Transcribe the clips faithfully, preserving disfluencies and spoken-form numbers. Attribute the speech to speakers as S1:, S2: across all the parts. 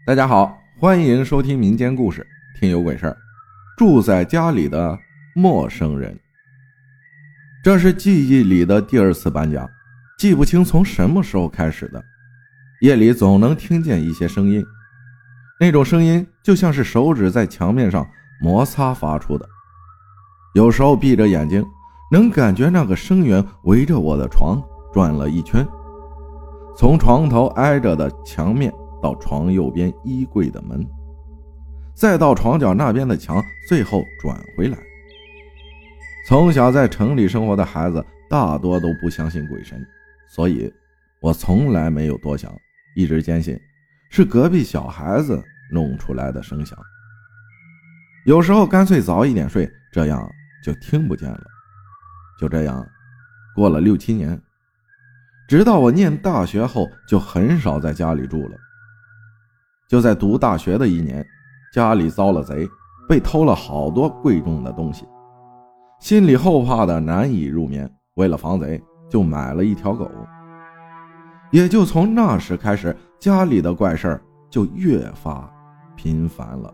S1: 大家好，欢迎收听民间故事，听有鬼事儿。住在家里的陌生人。这是记忆里的第二次搬家，记不清从什么时候开始的。夜里总能听见一些声音，那种声音就像是手指在墙面上摩擦发出的。有时候闭着眼睛，能感觉那个声源围着我的床转了一圈，从床头挨着的墙面到床右边衣柜的门，再到床角那边的墙，最后转回来。从小在城里生活的孩子大多都不相信鬼神，所以我从来没有多想，一直坚信是隔壁小孩子弄出来的声响。有时候干脆早一点睡，这样就听不见了。就这样过了六七年，直到我念大学后就很少在家里住了。就在读大学的一年，家里遭了贼，被偷了好多贵重的东西，心里后怕的难以入眠，为了防贼就买了一条狗。也就从那时开始，家里的怪事儿就越发频繁了。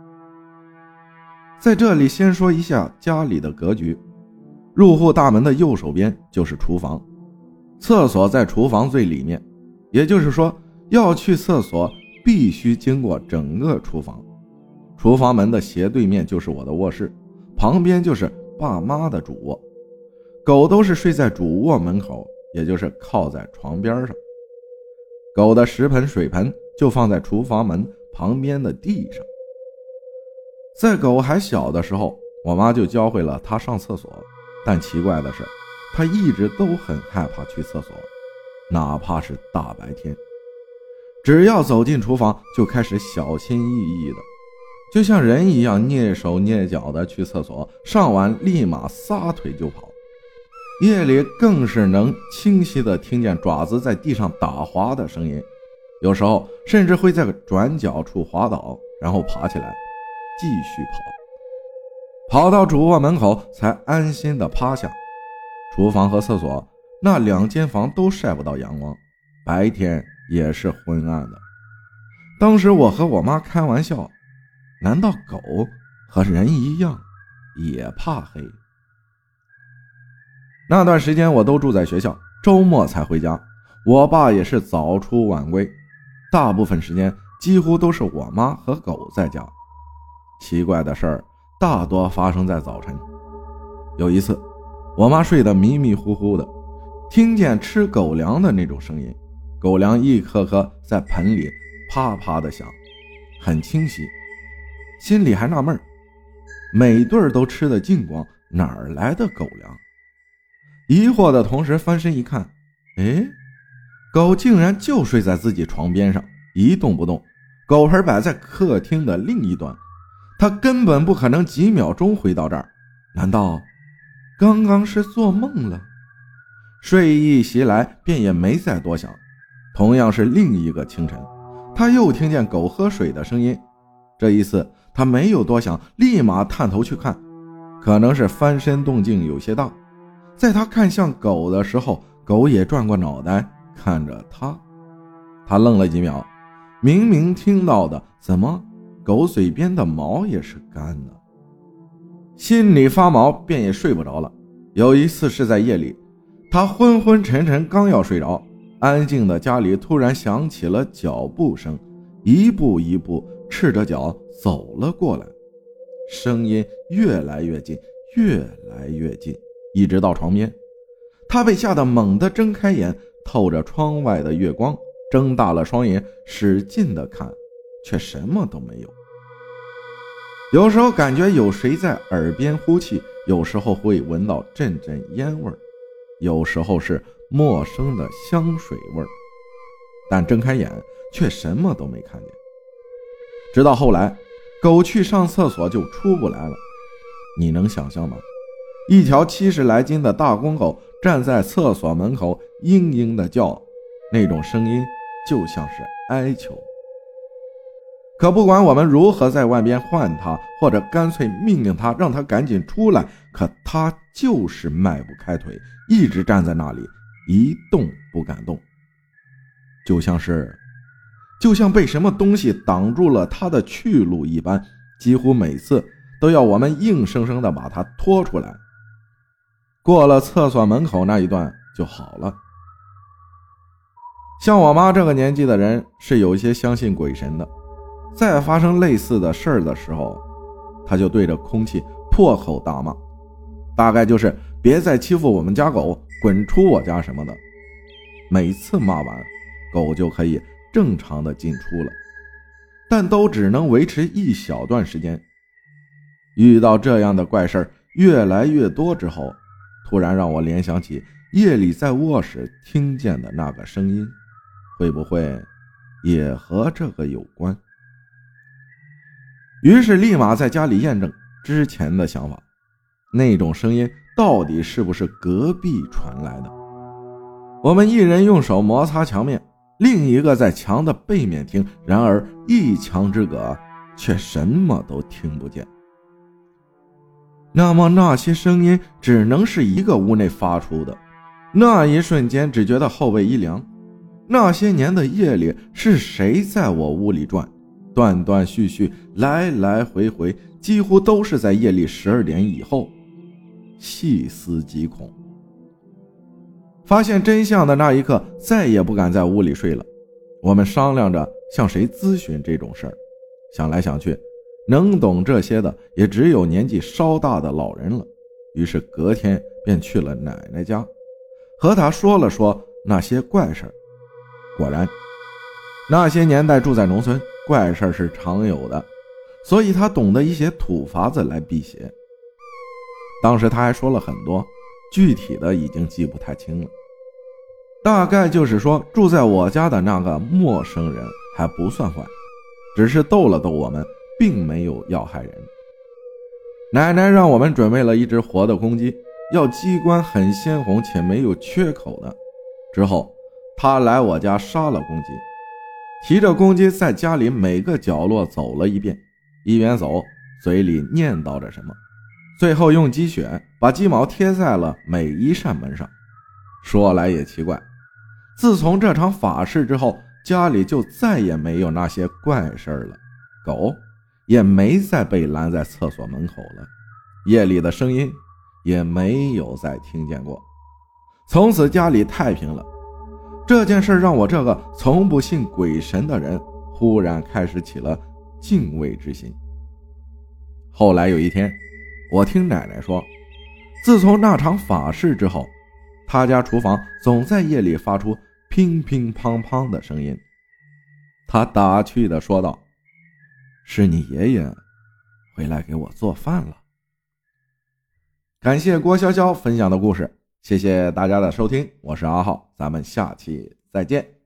S1: 在这里先说一下家里的格局，入户大门的右手边就是厨房，厕所在厨房最里面，也就是说要去厕所必须经过整个厨房。厨房门的斜对面就是我的卧室，旁边就是爸妈的主卧。狗都是睡在主卧门口，也就是靠在床边上。狗的食盆水盆就放在厨房门旁边的地上。在狗还小的时候，我妈就教会了它上厕所，但奇怪的是，它一直都很害怕去厕所，哪怕是大白天。只要走进厨房就开始小心翼翼的，就像人一样蹑手蹑脚的去厕所，上完立马撒腿就跑。夜里更是能清晰的听见爪子在地上打滑的声音，有时候甚至会在转角处滑倒，然后爬起来继续跑，跑到主卧门口才安心的趴下。厨房和厕所那两间房都晒不到阳光，白天也是昏暗的。当时我和我妈开玩笑，难道狗和人一样也怕黑？那段时间我都住在学校，周末才回家，我爸也是早出晚归，大部分时间几乎都是我妈和狗在家。奇怪的事儿大多发生在早晨。有一次我妈睡得迷迷糊糊的，听见吃狗粮的那种声音，狗粮一颗颗在盆里啪啪的响，很清晰，心里还纳闷，每对都吃得精光，哪儿来的狗粮？疑惑的同时翻身一看，诶，狗竟然就睡在自己床边上一动不动，狗盆摆在客厅的另一端，它根本不可能几秒钟回到这儿，难道刚刚是做梦了？睡意袭来，便也没再多想。同样是另一个清晨，他又听见狗喝水的声音，这一次他没有多想，立马探头去看，可能是翻身动静有些大，在他看向狗的时候，狗也转过脑袋看着他。他愣了几秒，明明听到的，怎么狗嘴边的毛也是干的？心里发毛，便也睡不着了。有一次是在夜里，他昏昏沉沉刚要睡着，安静的家里突然响起了脚步声，一步一步赤着脚走了过来，声音越来越近，越来越近，一直到床边。他被吓得猛地睁开眼，透着窗外的月光，睁大了双眼使劲的看，却什么都没有。有时候感觉有谁在耳边呼气，有时候会闻到阵阵烟味，有时候是陌生的香水味，但睁开眼却什么都没看见。直到后来狗去上厕所就出不来了，你能想象吗？一条七十来斤的大公狗站在厕所门口嘤嘤的叫，那种声音就像是哀求。可不管我们如何在外边唤它，或者干脆命令它让它赶紧出来，可它就是迈不开腿，一直站在那里一动不敢动，就像是就像被什么东西挡住了他的去路一般，几乎每次都要我们硬生生地把他拖出来。过了厕所门口那一段就好了。像我妈这个年纪的人是有一些相信鬼神的，在发生类似的事儿的时候，她就对着空气破口大骂，大概就是别再欺负我们家狗，滚出我家什么的。每次骂完，狗就可以正常的进出了，但都只能维持一小段时间。遇到这样的怪事儿越来越多之后，突然让我联想起夜里在卧室听见的那个声音，会不会也和这个有关？于是立马在家里验证之前的想法，那种声音到底是不是隔壁传来的？我们一人用手摩擦墙面，另一个在墙的背面听，然而一墙之隔却什么都听不见。那么那些声音只能是一个屋内发出的。那一瞬间只觉得后背一凉。那些年的夜里是谁在我屋里转，断断续续，来来回回，几乎都是在夜里十二点以后。细思极恐。发现真相的那一刻，再也不敢在屋里睡了。我们商量着向谁咨询这种事儿，想来想去，能懂这些的也只有年纪稍大的老人了。于是隔天便去了奶奶家，和她说了说那些怪事儿。果然，那些年代住在农村，怪事儿是常有的，所以她懂得一些土法子来辟邪。当时她还说了很多，具体的已经记不太清了。大概就是说，住在我家的那个陌生人还不算坏，只是逗了逗我们，并没有要害人。奶奶让我们准备了一只活的公鸡，要鸡冠很鲜红且没有缺口的。之后她来我家杀了公鸡，提着公鸡在家里每个角落走了一遍，一边走嘴里念叨着什么，最后用鸡血把鸡毛贴在了每一扇门上。说来也奇怪，自从这场法事之后，家里就再也没有那些怪事了，狗也没再被拦在厕所门口了，夜里的声音也没有再听见过。从此家里太平了。这件事让我这个从不信鬼神的人忽然开始起了敬畏之心。后来有一天，我听奶奶说，自从那场法事之后，他家厨房总在夜里发出乒乒乓乓的声音。他打趣地说道，是你爷爷回来给我做饭了。感谢郭潇潇分享的故事，谢谢大家的收听，我是阿浩，咱们下期再见。